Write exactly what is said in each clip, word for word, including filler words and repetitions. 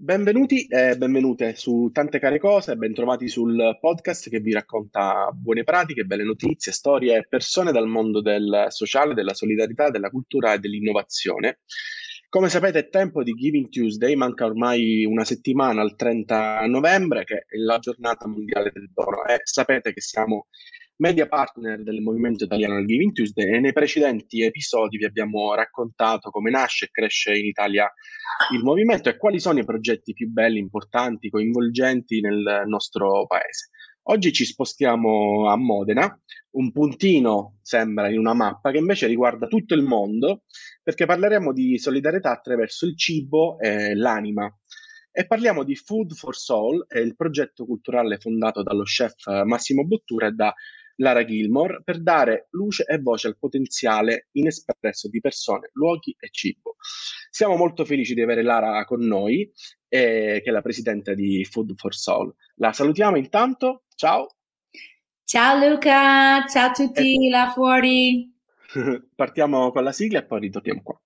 Benvenuti e benvenute su Tante Care Cose, bentrovati sul podcast che vi racconta buone pratiche, belle notizie, storie e persone dal mondo del sociale, della solidarietà, della cultura e dell'innovazione. Come sapete è tempo di Giving Tuesday, manca ormai una settimana al trenta novembre che è la giornata mondiale del dono e sapete che siamo media partner del movimento italiano del Giving Tuesday e nei precedenti episodi vi abbiamo raccontato come nasce e cresce in Italia il movimento e quali sono i progetti più belli, importanti, coinvolgenti nel nostro paese. Oggi ci spostiamo a Modena, un puntino sembra in una mappa che invece riguarda tutto il mondo, perché parleremo di solidarietà attraverso il cibo e l'anima. E parliamo di Food for Soul, è il progetto culturale fondato dallo chef Massimo Bottura e da Lara Gilmore per dare luce e voce al potenziale inespresso di persone, luoghi e cibo. Siamo molto felici di avere Lara con noi, eh, che è la presidente di Food for Soul. La salutiamo intanto, ciao. Ciao Luca, ciao a E tutti là fuori. partiamo con la sigla e poi ritorniamo qua.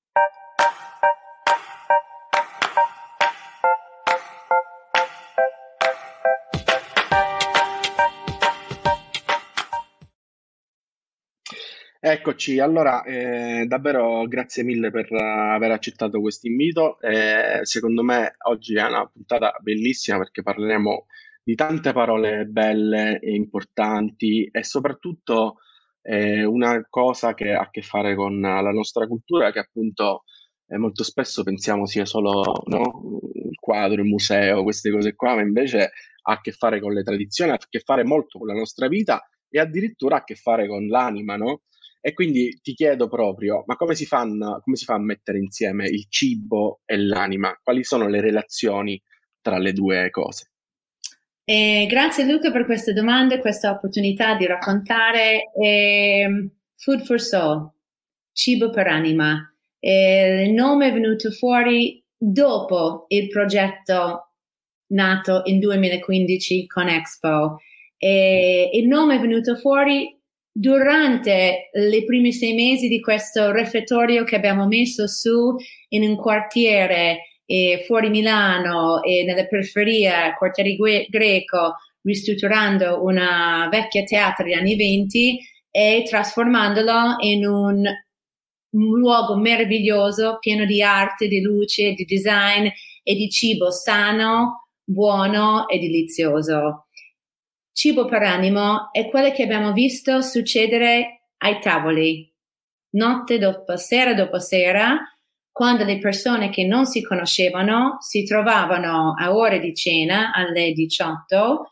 Eccoci, allora eh, davvero grazie mille per eh, aver accettato questo invito. Eh, secondo me oggi è una puntata bellissima perché parleremo di tante parole belle e importanti e soprattutto eh, una cosa che ha a che fare con la nostra cultura che appunto eh, molto spesso pensiamo sia solo no, il quadro, il museo, queste cose qua, ma invece ha a che fare con le tradizioni, ha a che fare molto con la nostra vita e addirittura ha a che fare con l'anima, no? E quindi ti chiedo proprio, ma come si fanno, come si fa a mettere insieme il cibo e l'anima? Quali sono le relazioni tra le due cose? Eh, grazie Luca per queste domande, questa opportunità di raccontare eh, Food for Soul, cibo per anima. Eh, il nome è venuto fuori dopo il progetto nato in duemilaquindici con Expo. E il nome è venuto fuori durante i primi sei mesi di questo refettorio che abbiamo messo su in un quartiere eh, fuori Milano e nella periferia, quartiere Gre- greco, ristrutturando una vecchia teatro degli anni venti e trasformandolo in un, un luogo meraviglioso, pieno di arte, di luce, di design e di cibo sano, buono e delizioso. Cibo per animo è quello che abbiamo visto succedere ai tavoli, notte dopo sera dopo sera, quando le persone che non si conoscevano si trovavano a ore di cena alle diciotto,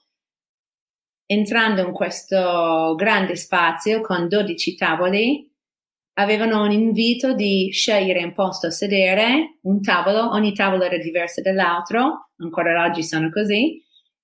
entrando in questo grande spazio con dodici tavoli, avevano un invito di scegliere un posto a sedere, un tavolo, ogni tavolo era diverso dall'altro, ancora oggi sono così,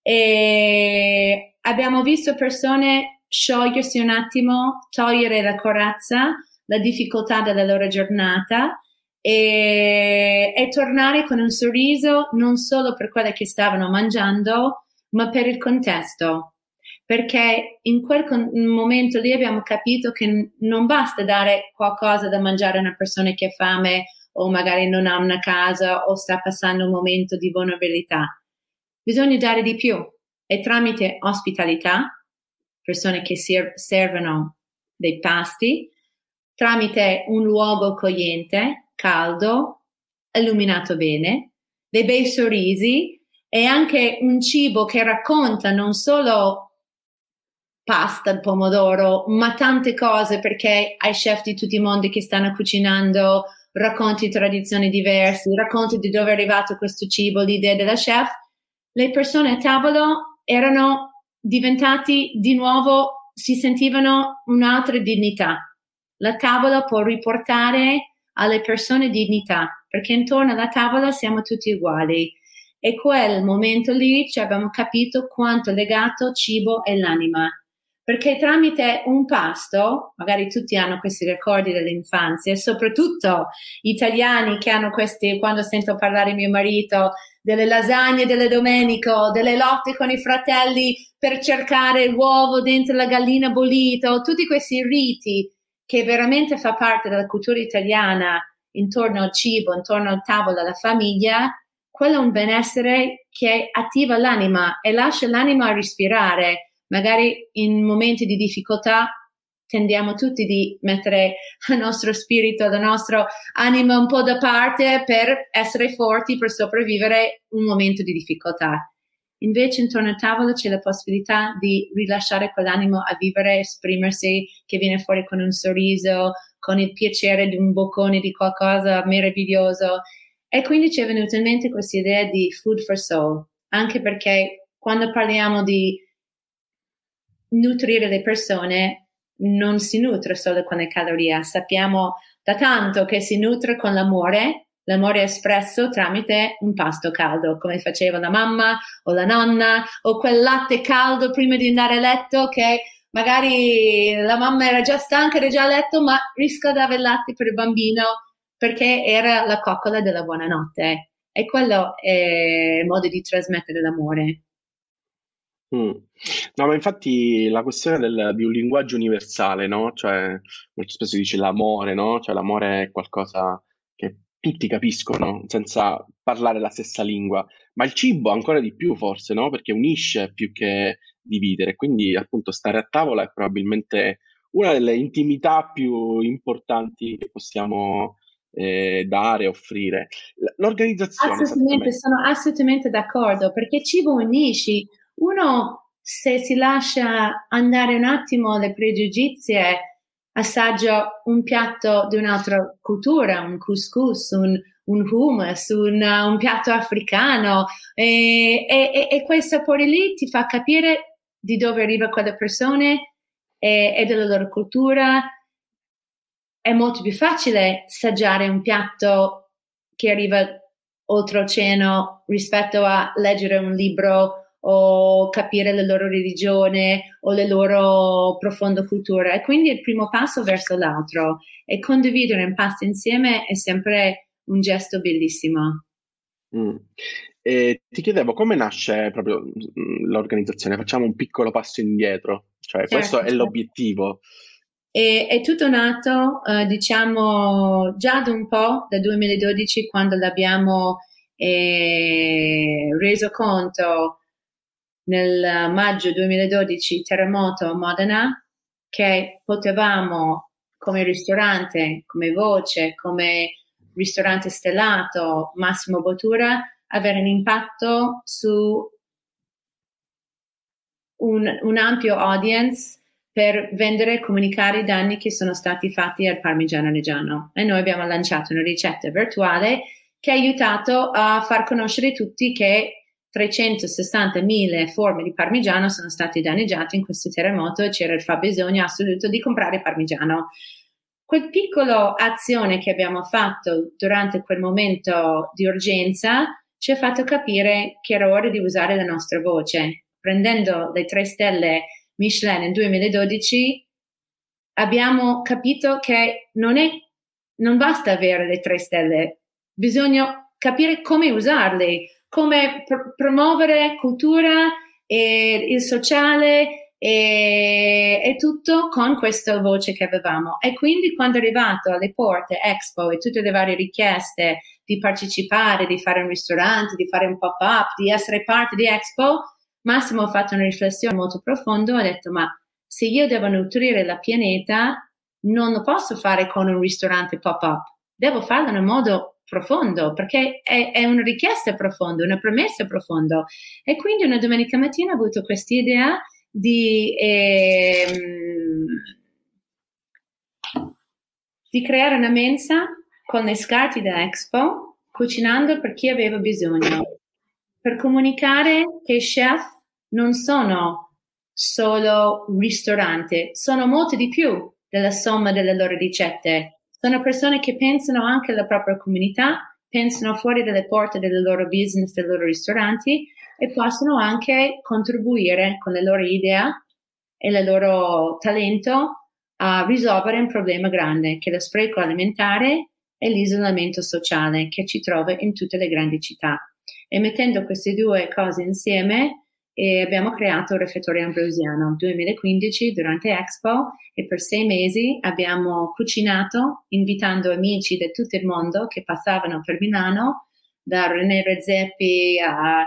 e abbiamo visto persone sciogliersi un attimo, togliere la corazza, la difficoltà della loro giornata e, e tornare con un sorriso non solo per quello che stavano mangiando, ma per il contesto. Perché in quel con- momento lì abbiamo capito che n- non basta dare qualcosa da mangiare a una persona che ha fame o magari non ha una casa o sta passando un momento di vulnerabilità. Bisogna dare di più e tramite ospitalità, persone che ser- servono dei pasti, tramite un luogo accogliente, caldo, illuminato bene, dei bei sorrisi e anche un cibo che racconta non solo pasta al pomodoro, ma tante cose perché hai chef di tutti i mondi che stanno cucinando, racconti di tradizioni diverse, racconti di dove è arrivato questo cibo, l'idea della chef. Le persone a tavolo erano diventati di nuovo, si sentivano un'altra dignità. La tavola può riportare alle persone dignità, perché intorno alla tavola siamo tutti uguali. E quel momento lì ci abbiamo capito quanto è legato cibo e l'anima. Perché tramite un pasto, magari tutti hanno questi ricordi dell'infanzia, e soprattutto italiani che hanno questi, quando sento parlare mio marito, delle lasagne delle domeniche, delle lotte con i fratelli per cercare l'uovo dentro la gallina bollita, tutti questi riti che veramente fa parte della cultura italiana intorno al cibo, intorno al tavolo, alla famiglia, quello è un benessere che attiva l'anima e lascia l'anima respirare. Magari in momenti di difficoltà tendiamo tutti di mettere il nostro spirito, la nostra anima un po' da parte per essere forti, per sopravvivere un momento di difficoltà. Invece intorno al tavolo c'è la possibilità di rilasciare quell'animo a vivere, esprimersi, che viene fuori con un sorriso, con il piacere di un boccone di qualcosa meraviglioso. E quindi ci è venuta in mente questa idea di food for soul, anche perché quando parliamo di nutrire le persone non si nutre solo con le calorie, sappiamo da tanto che si nutre con l'amore. L'amore è espresso tramite un pasto caldo, come faceva la mamma o la nonna, o quel latte caldo prima di andare a letto che magari la mamma era già stanca, era già a letto, ma riscaldava il latte per il bambino perché era la coccola della buonanotte. E quello è il modo di trasmettere l'amore. Mm. No, ma infatti la questione del, di un linguaggio universale, no? Cioè, molto spesso si dice l'amore, no? Cioè l'amore è qualcosa che tutti capiscono senza parlare la stessa lingua, ma il cibo ancora di più forse, no? Perché unisce più che dividere, quindi appunto stare a tavola è probabilmente una delle intimità più importanti che possiamo eh, dare, offrire. L- L'organizzazione Assolutamente, esattamente. sono assolutamente d'accordo, perché cibo unisci. Uno, se si lascia andare un attimo le pregiudizie, assaggia un piatto di un'altra cultura, un couscous, un, un hummus, un, un piatto africano, e, e, e quei sapori lì ti fa capire di dove arriva quelle persone e, e della loro cultura. È molto più facile assaggiare un piatto che arriva oltreoceano rispetto a leggere un libro o capire la loro religione o la loro profonda cultura. E quindi il primo passo verso l'altro e condividere un pasto insieme è sempre un gesto bellissimo. Mm. E ti chiedevo come nasce proprio mm, l'organizzazione? Facciamo un piccolo passo indietro, cioè questo Certo, è certo. l'obiettivo. E, è tutto nato, eh, diciamo, già da un po', dal duemiladodici, quando l'abbiamo eh, reso conto nel maggio duemiladodici, terremoto a Modena, che potevamo, come ristorante, come voce, come ristorante stellato, Massimo Bottura, avere un impatto su un, un ampio audience per vendere e comunicare i danni che sono stati fatti al Parmigiano Reggiano. E noi abbiamo lanciato una ricetta virtuale che ha aiutato a far conoscere tutti che trecentosessantamila forme di parmigiano sono state danneggiate in questo terremoto e c'era il fabbisogno assoluto di comprare parmigiano. Quel piccolo azione che abbiamo fatto durante quel momento di urgenza ci ha fatto capire che era ora di usare la nostra voce. Prendendo le tre stelle Michelin nel duemiladodici, abbiamo capito che non è, non basta avere le tre stelle, bisogna capire come usarle, come pr- promuovere cultura e il sociale e, e tutto con questa voce che avevamo. E quindi quando è arrivato alle porte Expo e tutte le varie richieste di partecipare, di fare un ristorante, di fare un pop-up, di essere parte di Expo, Massimo ha fatto una riflessione molto profonda, ha detto ma se io devo nutrire la pianeta non lo posso fare con un ristorante pop-up, devo farlo in un modo profondo perché è, è una richiesta profonda, una promessa profonda. E quindi una domenica mattina ho avuto questa idea di, ehm, di creare una mensa con le scarpe da Expo, cucinando per chi aveva bisogno, per comunicare che i chef non sono solo ristoranti, sono molto di più della somma delle loro ricette. Sono persone che pensano anche alla propria comunità, pensano fuori dalle porte del loro business, dei loro ristoranti e possono anche contribuire con le loro idee e il loro talento a risolvere un problema grande che è lo spreco alimentare e l'isolamento sociale che ci trova in tutte le grandi città. E mettendo queste due cose insieme eh, abbiamo creato il Refettorio Ambrosiano duemilaquindici durante Expo e per sei mesi abbiamo cucinato invitando amici da tutto il mondo che passavano per Milano da René Redzepi a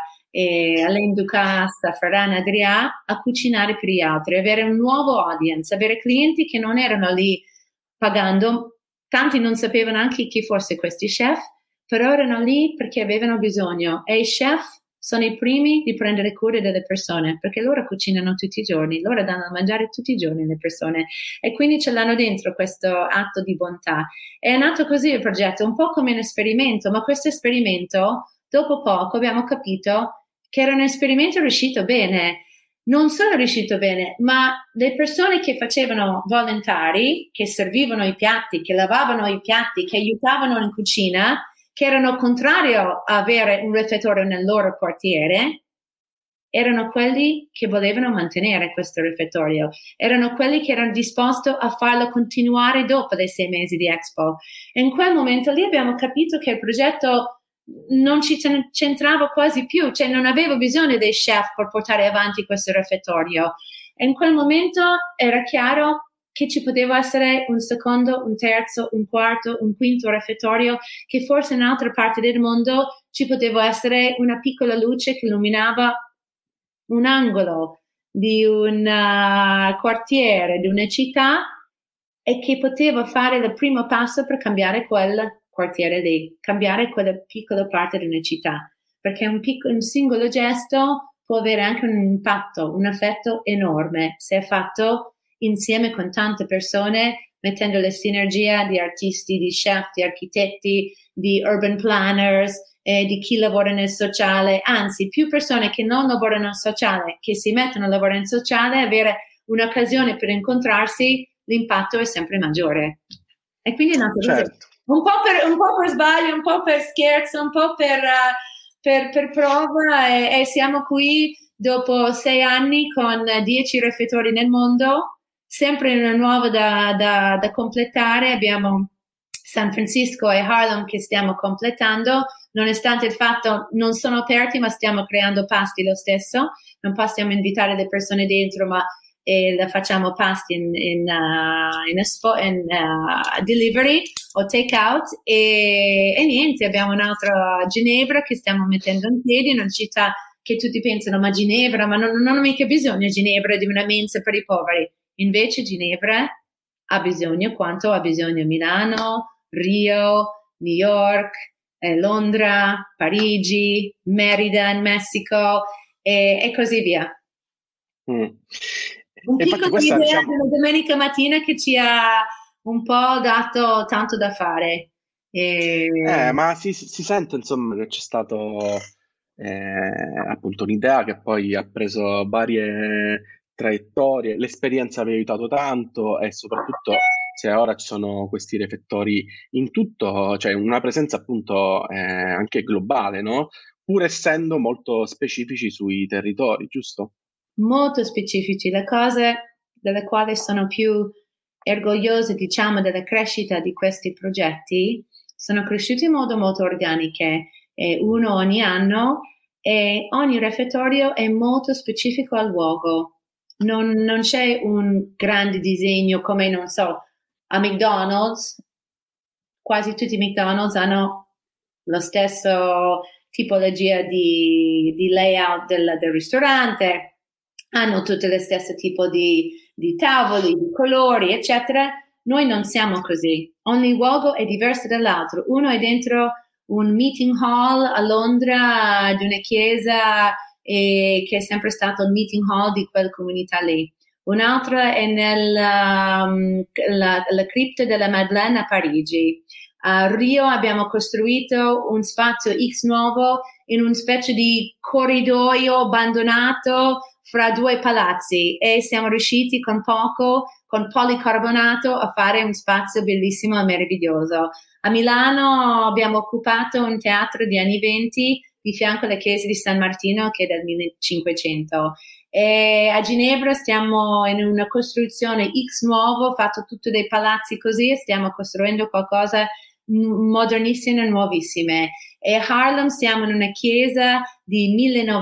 e Alain Ducasse, a Ferran Adrià, a cucinare per gli altri, avere un nuovo audience, avere clienti che non erano lì pagando, tanti non sapevano anche chi fosse questi chef, però erano lì perché avevano bisogno, e i chef sono i primi di prendere cura delle persone, perché loro cucinano tutti i giorni, loro danno da mangiare tutti i giorni alle persone, e quindi ce l'hanno dentro questo atto di bontà. È nato così il progetto, un po' come un esperimento, ma questo esperimento, dopo poco abbiamo capito che era un esperimento riuscito bene. Non solo riuscito bene, ma le persone che facevano volontari, che servivano i piatti, che lavavano i piatti, che aiutavano in cucina, che erano contrario a avere un refettorio nel loro quartiere, erano quelli che volevano mantenere questo refettorio, erano quelli che erano disposti a farlo continuare dopo dei sei mesi di Expo. E in quel momento lì abbiamo capito che il progetto non ci centravo quasi più, cioè non avevo bisogno dei chef per portare avanti questo refettorio, e in quel momento era chiaro che ci poteva essere un secondo, un terzo, un quarto, un quinto refettorio, che forse in altre parti del mondo ci poteva essere una piccola luce che illuminava un angolo di un uh, quartiere, di una città, e che poteva fare il primo passo per cambiare quel quartiere lì, cambiare quella piccola parte di una città, perché un, piccolo, un singolo gesto può avere anche un impatto, un effetto enorme se è fatto insieme con tante persone, mettendo la sinergia di artisti, di chef, di architetti, di urban planners, eh, di chi lavora nel sociale, anzi più persone che non lavorano nel sociale, che si mettono a lavorare nel sociale, avere un'occasione per incontrarsi, l'impatto è sempre maggiore. E quindi è nato così. Certo. Un po' per, un po' per sbaglio, un po' per scherzo, un po' per, uh, per, per prova, e, e siamo qui dopo sei anni con dieci refettori nel mondo, sempre una nuova da, da, da completare. Abbiamo San Francisco e Harlem che stiamo completando, nonostante il fatto non sono aperti, ma stiamo creando pasti lo stesso. Non possiamo invitare le persone dentro, ma e la facciamo pasti in, in, uh, in, espo, in uh, delivery o take out, e, e niente, abbiamo un'altra Ginevra che stiamo mettendo in piedi, una città che tutti pensano, ma Ginevra, ma non, non ho mica bisogno Ginevra di una mensa per i poveri. Invece Ginevra ha bisogno quanto ha bisogno Milano, Rio, New York, eh, Londra, Parigi, Merida in Messico, e, e così via. Mm. Un e piccolo questa, idea diciamo... di una domenica mattina che ci ha un po' dato tanto da fare. E... Eh, ma si, si sente insomma che c'è stato eh, appunto un'idea che poi ha preso varie traiettorie, l'esperienza vi ha aiutato tanto, e soprattutto se ora ci sono questi refettori in tutto, cioè una presenza appunto eh, anche globale, no? Pur essendo molto specifici sui territori, giusto? Molto specifici, le cose delle quali sono più orgogliosa, diciamo, della crescita di questi progetti, sono cresciuti in modo molto organico, eh, uno ogni anno, e ogni refettorio è molto specifico al luogo. Non, non c'è un grande disegno come, non so, a McDonald's. Quasi tutti i McDonald's hanno lo stesso tipologia di, di layout del, del ristorante, hanno tutte le stesse tipo di, di tavoli, di colori, eccetera. Noi non siamo così. Ogni luogo è diverso dall'altro. Uno è dentro un meeting hall a Londra di una chiesa, e, che è sempre stato il meeting hall di quella comunità lì. Un altro è nella um, la, la cripta della Madeleine a Parigi. A Rio abbiamo costruito un spazio X nuovo in una specie di corridoio abbandonato fra due palazzi, e siamo riusciti con poco, con policarbonato, a fare un spazio bellissimo e meraviglioso. A Milano abbiamo occupato un teatro di anni venti di fianco alla chiesa di San Martino, che è del millecinquecento. E a Ginevra stiamo in una costruzione X nuovo, fatto tutto dei palazzi così, e stiamo costruendo qualcosa modernissime e nuovissime. E a Harlem siamo in una chiesa di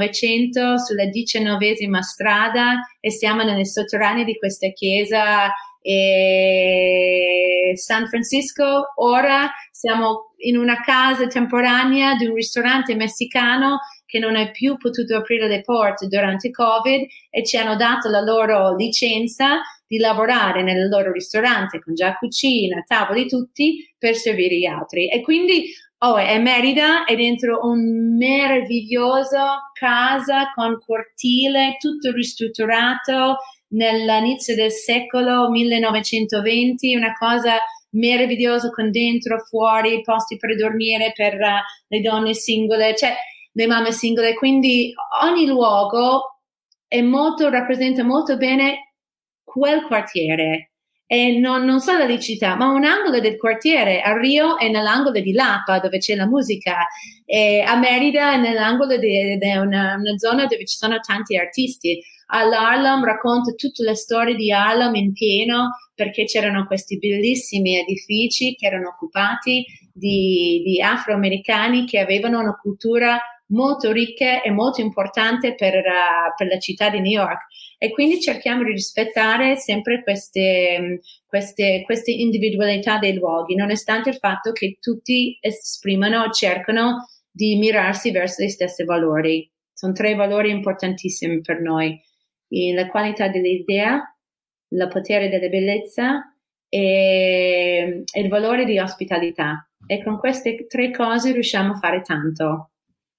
millenovecento sulla diciannovesima strada, e siamo nelle sotterranee di questa chiesa e San Francisco. Ora siamo in una casa temporanea di un ristorante messicano che non è più potuto aprire le porte durante il Covid e ci hanno dato la loro licenza di lavorare nel loro ristorante con già cucina, tavoli tutti per servire gli altri. E quindi oh, è Merida, è dentro un meraviglioso casa con cortile, tutto ristrutturato nell'inizio del secolo millenovecentoventi, una cosa meravigliosa con dentro, fuori, posti per dormire per uh, le donne singole, cioè le mamme singole. Quindi ogni luogo è molto, rappresenta molto bene quel quartiere. E non, non solo la città, ma un angolo del quartiere. A Rio è nell'angolo di Lapa, dove c'è la musica, e a Merida è nell'angolo di, di una, una zona dove ci sono tanti artisti. All'Harlem racconta tutte le storie di Harlem in pieno, perché c'erano questi bellissimi edifici che erano occupati di, di afroamericani che avevano una cultura molto ricca e molto importante per, uh, per la città di New York. E quindi cerchiamo di rispettare sempre queste, queste, queste individualità dei luoghi, nonostante il fatto che tutti esprimono, cercano di mirarsi verso gli stessi valori. Sono tre valori importantissimi per noi: la qualità dell'idea, il potere della bellezza e, e il valore di ospitalità. E con queste tre cose riusciamo a fare tanto.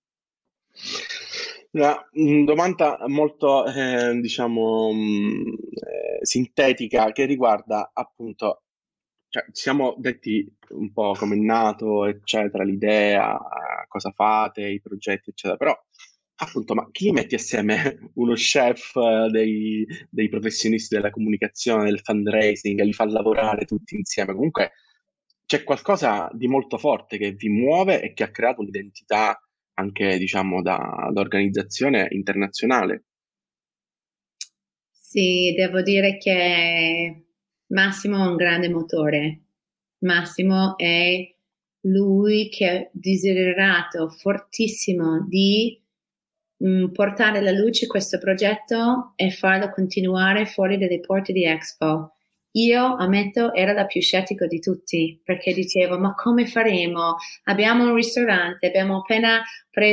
Una mm, domanda molto, eh, diciamo, mm, eh, sintetica, che riguarda appunto, cioè, ci siamo detti un po' come è nato, eccetera, l'idea, cosa fate, i progetti, eccetera, però appunto, ma chi metti assieme uno chef, eh, dei, dei professionisti della comunicazione, del fundraising, li fa lavorare tutti insieme? Comunque c'è qualcosa di molto forte che vi muove e che ha creato un'identità anche, diciamo, da, da organizzazione internazionale. Sì, devo dire che Massimo è un grande motore. Massimo è lui che ha desiderato fortissimo di mh, portare alla luce questo progetto e farlo continuare fuori dalle porte di Expo. Io, ammetto, ero la più scettica di tutti, perché dicevo, ma come faremo? Abbiamo un ristorante, abbiamo appena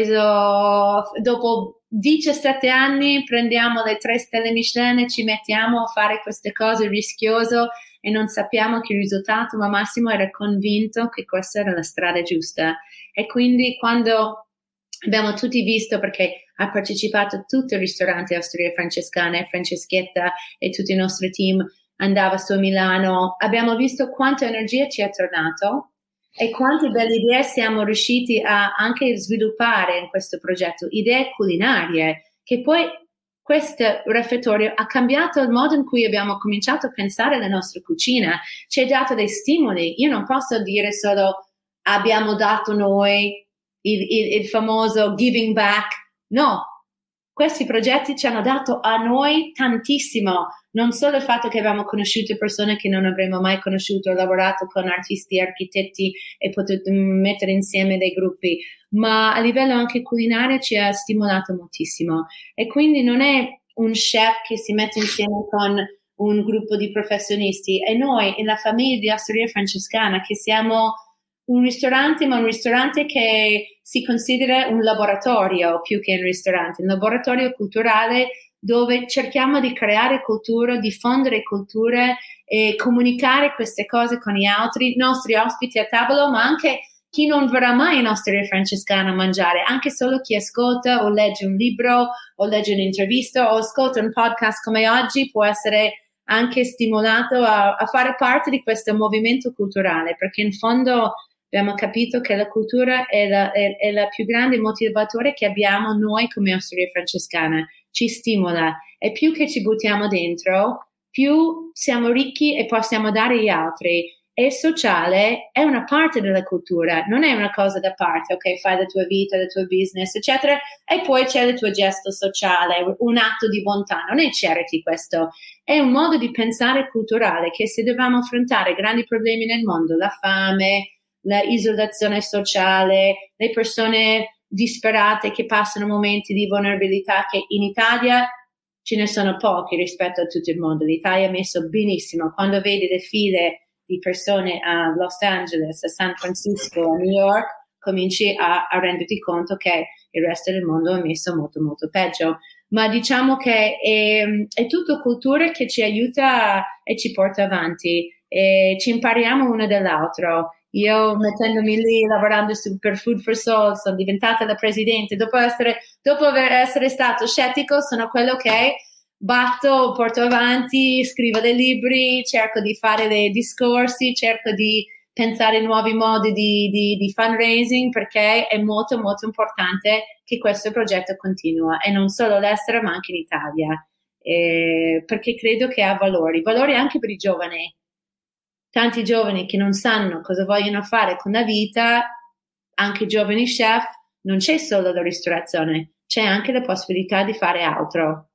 preso, dopo diciassette anni, prendiamo le tre stelle Michelin e ci mettiamo a fare queste cose rischiose e non sappiamo che risultato, ma Massimo era convinto che questa era la strada giusta. E quindi quando abbiamo tutti visto, perché ha partecipato a tutto il ristorante Osteria Francescana e Franceschetta e tutto il nostro team andava su a Milano, abbiamo visto quanta energia ci è tornato e quante belle idee siamo riusciti a anche sviluppare in questo progetto, idee culinarie, che poi questo refettorio ha cambiato il modo in cui abbiamo cominciato a pensare alla nostra cucina, ci ha dato dei stimoli. Io non posso dire solo abbiamo dato noi il, il, il famoso giving back, no. Questi progetti ci hanno dato a noi tantissimo, non solo il fatto che abbiamo conosciuto persone che non avremmo mai conosciuto, lavorato con artisti e architetti e potuto mettere insieme dei gruppi, ma a livello anche culinario ci ha stimolato moltissimo. E quindi non è un chef che si mette insieme con un gruppo di professionisti, è noi, la famiglia di Osteria Francescana, che siamo un ristorante, ma un ristorante che si considera un laboratorio più che un ristorante, un laboratorio culturale dove cerchiamo di creare cultura, diffondere culture e comunicare queste cose con gli altri, nostri ospiti a tavolo, ma anche chi non verrà mai in Osteria Francescana a mangiare, anche solo chi ascolta o legge un libro o legge un'intervista o ascolta un podcast come oggi può essere anche stimolato a, a fare parte di questo movimento culturale, perché in fondo abbiamo capito che la cultura è la, è, è la più grande motivatore che abbiamo noi come Osteria Francescana, ci stimola e più che ci buttiamo dentro, più siamo ricchi e possiamo dare agli altri. E sociale è una parte della cultura, non è una cosa da parte, ok, fai la tua vita, il tuo business, eccetera, e poi c'è il tuo gesto sociale, un atto di bontà, non è charity questo, è un modo di pensare culturale che se dobbiamo affrontare grandi problemi nel mondo, la fame, l'isolazione sociale, le persone disperate che passano momenti di vulnerabilità che in Italia ce ne sono pochi rispetto a tutto il mondo. L'Italia ha messo benissimo. Quando vedi le file di persone a Los Angeles, a San Francisco, a New York, cominci a, a renderti conto che il resto del mondo ha messo molto molto peggio. Ma diciamo che è, è tutto cultura che ci aiuta e ci porta avanti, e ci impariamo uno dall'altro. Io mettendomi lì lavorando su, per Food for Soul sono diventata la presidente, dopo essere, dopo aver essere stato scettico sono quello che batto, porto avanti, scrivo dei libri, cerco di fare dei discorsi, cerco di pensare nuovi modi di, di, di fundraising, perché è molto molto importante che questo progetto continua, e non solo all'estero ma anche in Italia, eh, perché credo che ha valori, valori anche per i giovani. Tanti giovani che non sanno cosa vogliono fare con la vita, anche giovani chef, non c'è solo la ristorazione, c'è anche la possibilità di fare altro.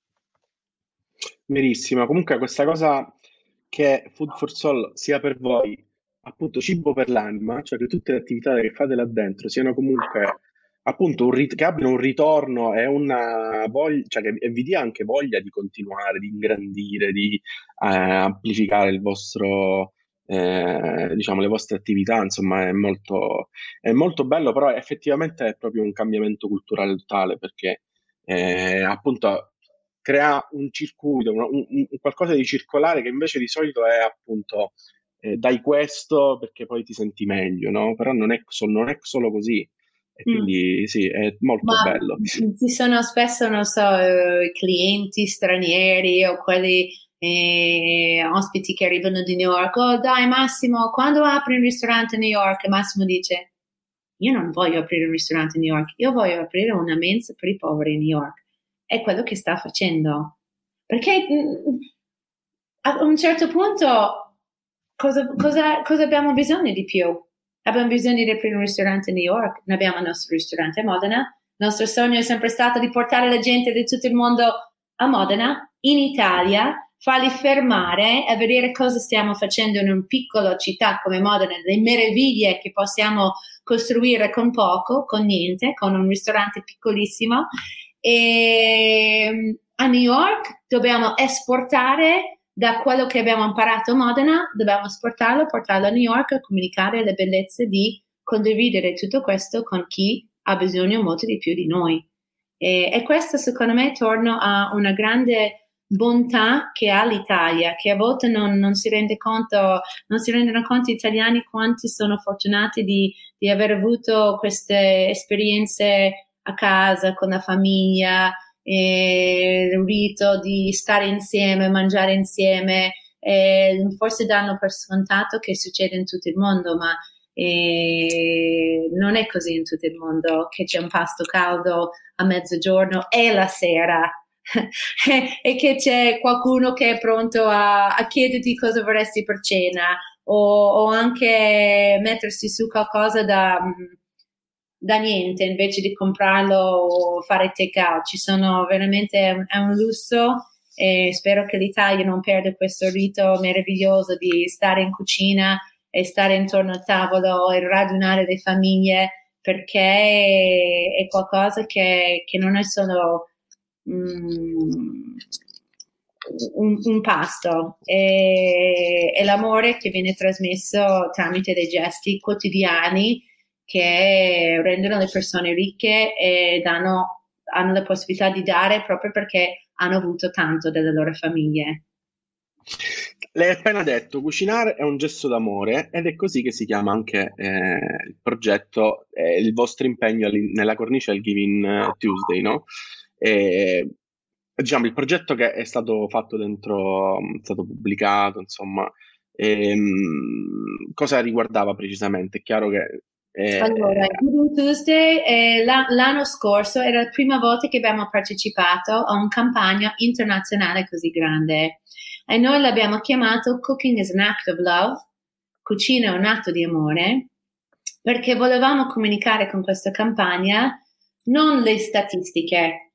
Verissima. Comunque questa cosa che Food for Soul sia per voi appunto cibo per l'anima, cioè che tutte le attività che fate là dentro siano comunque appunto un rit- che abbiano un ritorno e una voglia, cioè che vi dia anche voglia di continuare, di ingrandire, di eh, amplificare il vostro, eh, diciamo, le vostre attività, insomma, è molto, è molto bello, però effettivamente è proprio un cambiamento culturale totale, perché eh, appunto crea un circuito, un, un- un qualcosa di circolare che invece di solito è appunto eh, dai questo perché poi ti senti meglio, no? Però non è, so- non è solo così, e Mm. quindi sì, è molto Ma bello. ci sono spesso, non so, eh, clienti stranieri o quelli eh, ospiti che arrivano di New York. Oh, dai, Massimo, quando apri un ristorante a New York? E Massimo dice: io non voglio aprire un ristorante a New York, io voglio aprire una mensa per i poveri a New York. È quello che sta facendo. Perché mm, a un certo punto cosa, cosa- cosa abbiamo bisogno di più? Abbiamo bisogno di aprire un ristorante a New York, ne abbiamo il nostro ristorante a Modena. Il nostro sogno è sempre stato di portare la gente di tutto il mondo a Modena, in Italia, farli fermare e vedere cosa stiamo facendo in una piccola città come Modena, le meraviglie che possiamo costruire con poco, con niente, con un ristorante piccolissimo. E a New York dobbiamo esportare da quello che abbiamo imparato a Modena, dobbiamo esportarlo, portarlo a New York, comunicare le bellezze di condividere tutto questo con chi ha bisogno molto di più di noi. E, e questo secondo me torna a una grande bontà che ha l'Italia, che a volte non, non si rende conto, non si rendono conto gli italiani quanti sono fortunati di, di aver avuto queste esperienze a casa, con la famiglia, eh, il rito di stare insieme, mangiare insieme, eh, forse danno per scontato che succede in tutto il mondo, ma eh, non è così in tutto il mondo, che c'è un pasto caldo a mezzogiorno e la sera. E che c'è qualcuno che è pronto a, a chiederti cosa vorresti per cena, o, o anche mettersi su qualcosa da, da niente invece di comprarlo o fare take out. Ci sono veramente, è un lusso, e spero che l'Italia non perda questo rito meraviglioso di stare in cucina e stare intorno al tavolo e radunare le famiglie, perché è, è qualcosa che, che non è solo mm, un, un pasto, è, è l'amore che viene trasmesso tramite dei gesti quotidiani che rendono le persone ricche e danno, hanno la possibilità di dare proprio perché hanno avuto tanto delle loro famiglie. Lei ha appena detto, cucinare è un gesto d'amore, ed è così che si chiama anche eh, il progetto, eh, il vostro impegno all'in- nella cornice del Giving Tuesday, no? E, diciamo, il progetto che è stato fatto dentro, è stato pubblicato, insomma, ehm, cosa riguardava precisamente? È chiaro che Allora, eh, Giving Tuesday eh, la- l'anno scorso era la prima volta che abbiamo partecipato a una campagna internazionale così grande, e noi l'abbiamo chiamato Cooking is an Act of Love, cucina è un atto di amore, perché volevamo comunicare con questa campagna non le statistiche,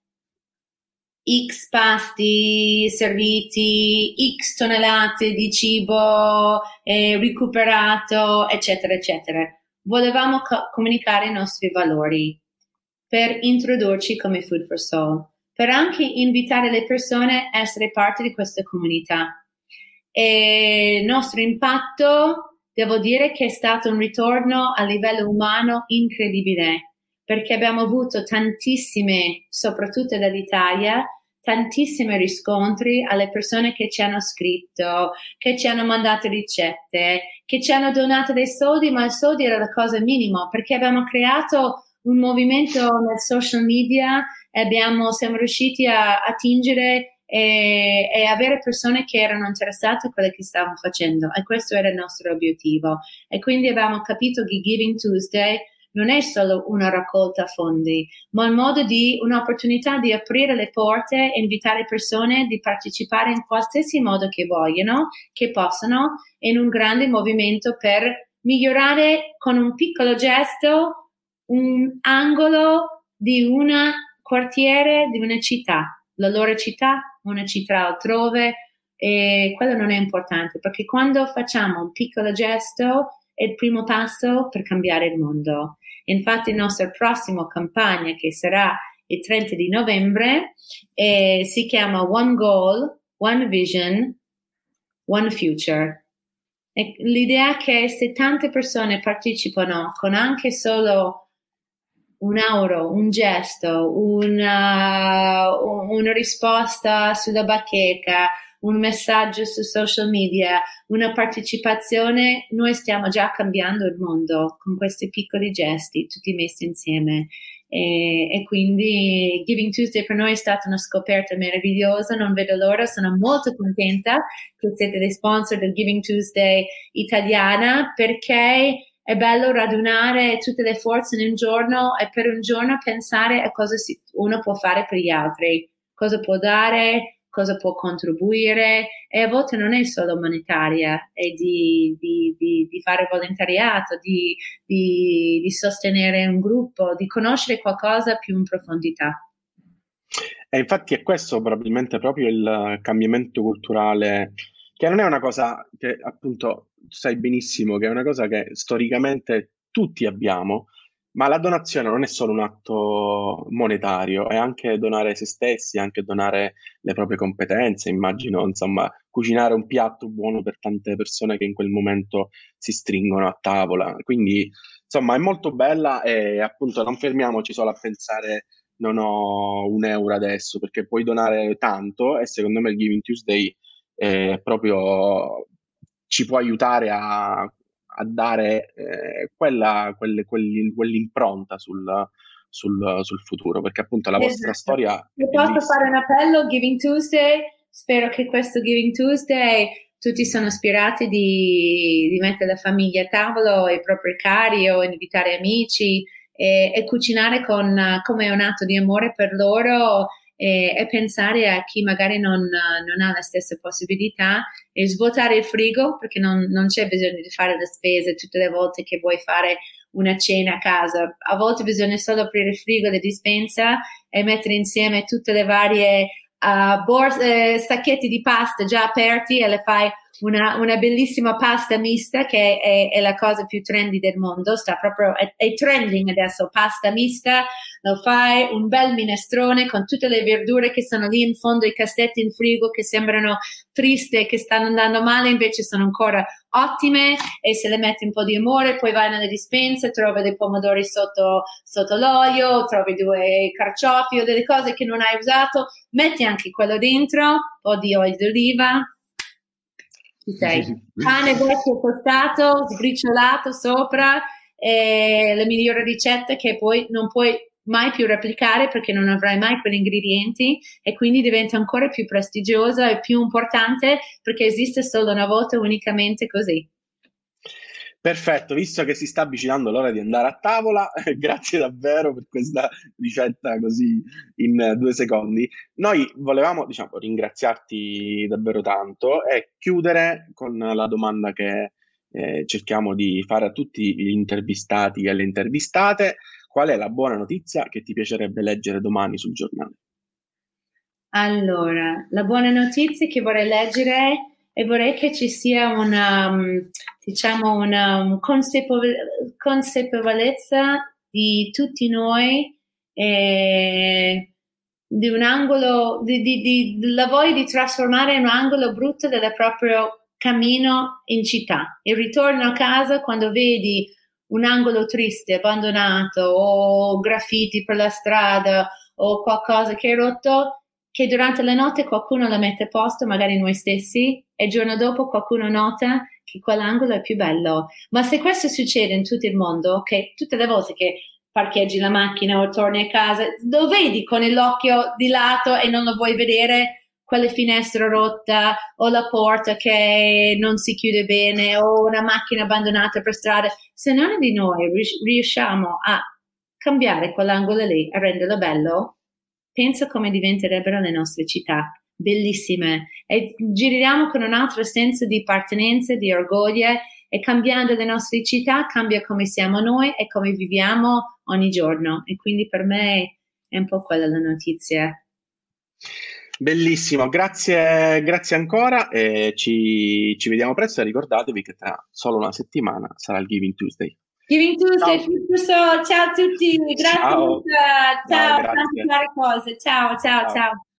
X pasti serviti, X tonnellate di cibo eh, recuperato, eccetera, eccetera. Volevamo co- comunicare i nostri valori per introdurci come Food for Soul. per anche invitare le persone a essere parte di questa comunità. E il nostro impatto, devo dire che è stato un ritorno a livello umano incredibile, perché abbiamo avuto tantissime, soprattutto dall'Italia, tantissimi riscontri alle persone che ci hanno scritto, che ci hanno mandato ricette, che ci hanno donato dei soldi, ma i soldi era la cosa minima, perché abbiamo creato un movimento nel social media e abbiamo, siamo riusciti a attingere e, e avere persone che erano interessate a quello che stavamo facendo, e questo era il nostro obiettivo. E quindi abbiamo capito che Giving Tuesday non è solo una raccolta fondi, ma un modo di, un'opportunità di aprire le porte e invitare persone di partecipare in qualsiasi modo che vogliono, che possano, in un grande movimento per migliorare con un piccolo gesto un angolo di un quartiere, di una città, la loro città, una città altrove, e quello non è importante, perché quando facciamo un piccolo gesto è il primo passo per cambiare il mondo. Infatti la nostra prossima campagna, che sarà il trenta di novembre, eh, si chiama One Goal, One Vision, One Future. E l'idea è che se tante persone partecipano con anche solo un euro, un gesto, una, una risposta sulla bacheca, un messaggio su social media, una partecipazione, noi stiamo già cambiando il mondo con questi piccoli gesti, tutti messi insieme. E, e quindi Giving Tuesday per noi è stata una scoperta meravigliosa, non vedo l'ora, sono molto contenta che siete dei sponsor del Giving Tuesday italiana, perché è bello radunare tutte le forze in un giorno e per un giorno pensare a cosa si, uno può fare per gli altri, cosa può dare, cosa può contribuire, e a volte non è solo monetaria, è di, di, di, di fare volontariato, di, di, di sostenere un gruppo, di conoscere qualcosa più in profondità. E infatti è questo probabilmente proprio il cambiamento culturale, che non è una cosa che appunto sai benissimo che è una cosa che storicamente tutti abbiamo, ma la donazione non è solo un atto monetario, è anche donare se stessi, anche donare le proprie competenze, immagino, insomma, cucinare un piatto buono per tante persone che in quel momento si stringono a tavola. Quindi, insomma, è molto bella e appunto non fermiamoci solo a pensare non ho un euro adesso, perché puoi donare tanto e secondo me il Giving Tuesday eh, proprio ci può aiutare a, a dare eh, quella, quelle- quelli- quell'impronta sul, sul, sul futuro, perché appunto la vostra Esatto. storia è Se posso fare bellissima. un appello, Giving Tuesday, spero che questo Giving Tuesday tutti sono ispirati di, di mettere la famiglia a tavolo, i propri cari o invitare amici e, e cucinare con, come un atto di amore per loro e, e pensare a chi magari non, non ha la stessa possibilità e svuotare il frigo, perché non, non c'è bisogno di fare le spese tutte le volte che vuoi fare una cena a casa. A volte bisogna solo aprire il frigo, la dispensa e mettere insieme tutte le varie uh, borse, sacchetti di pasta già aperti e le fai una, una bellissima pasta mista che è, è la cosa più trendy del mondo, sta proprio, è, è trending adesso, pasta mista, lo fai un bel minestrone con tutte le verdure che sono lì in fondo, i cassetti in frigo che sembrano tristi e che stanno andando male, invece sono ancora ottime, e se le metti un po' di amore, poi vai nella dispensa, trovi dei pomodori sotto, sotto l'olio, trovi due carciofi o delle cose che non hai usato, metti anche quello dentro, un po' di olio d'oliva, ci sei. Pane vecchio tostato, sbriciolato sopra, e la migliore ricetta che poi non puoi mai più replicare perché non avrai mai quegli ingredienti e quindi diventa ancora più prestigiosa e più importante perché esiste solo una volta unicamente così. Perfetto, visto che si sta avvicinando l'ora di andare a tavola, grazie davvero per questa ricetta così in due secondi. Noi volevamo, diciamo, ringraziarti davvero tanto e chiudere con la domanda che eh, cerchiamo di fare a tutti gli intervistati e alle intervistate. Qual è la buona notizia che ti piacerebbe leggere domani sul giornale? Allora, la buona notizia che vorrei leggere e vorrei che ci sia una, um, diciamo, una um, consapevole- consapevolezza di tutti noi, eh, di un angolo, di, di, di, la voglia di trasformare un angolo brutto del proprio cammino in città. Il ritorno a casa quando vedi un angolo triste, abbandonato, o graffiti per la strada, o qualcosa che è rotto, che durante la notte qualcuno la mette a posto, magari noi stessi, e il giorno dopo qualcuno nota che quell'angolo è più bello. Ma se questo succede in tutto il mondo, che tutte le volte che parcheggi la macchina o torni a casa, lo vedi con l'occhio di lato e non lo vuoi vedere, quella finestra rotta o la porta che non si chiude bene o una macchina abbandonata per strada. Se non di noi riusciamo a cambiare quell'angolo lì, a renderlo bello, pensa come diventerebbero le nostre città, bellissime, e giriamo con un altro senso di appartenenza, di orgoglio, e cambiando le nostre città cambia come siamo noi e come viviamo ogni giorno, e quindi per me è un po' quella la notizia. Bellissimo, grazie, grazie ancora e ci, ci vediamo presto e ricordatevi che tra solo una settimana sarà il Giving Tuesday. Giving Tuesday, ciao. Ciao a tutti, grazie ciao. Luca, ciao, no, tante cose, ciao, ciao, ciao. ciao.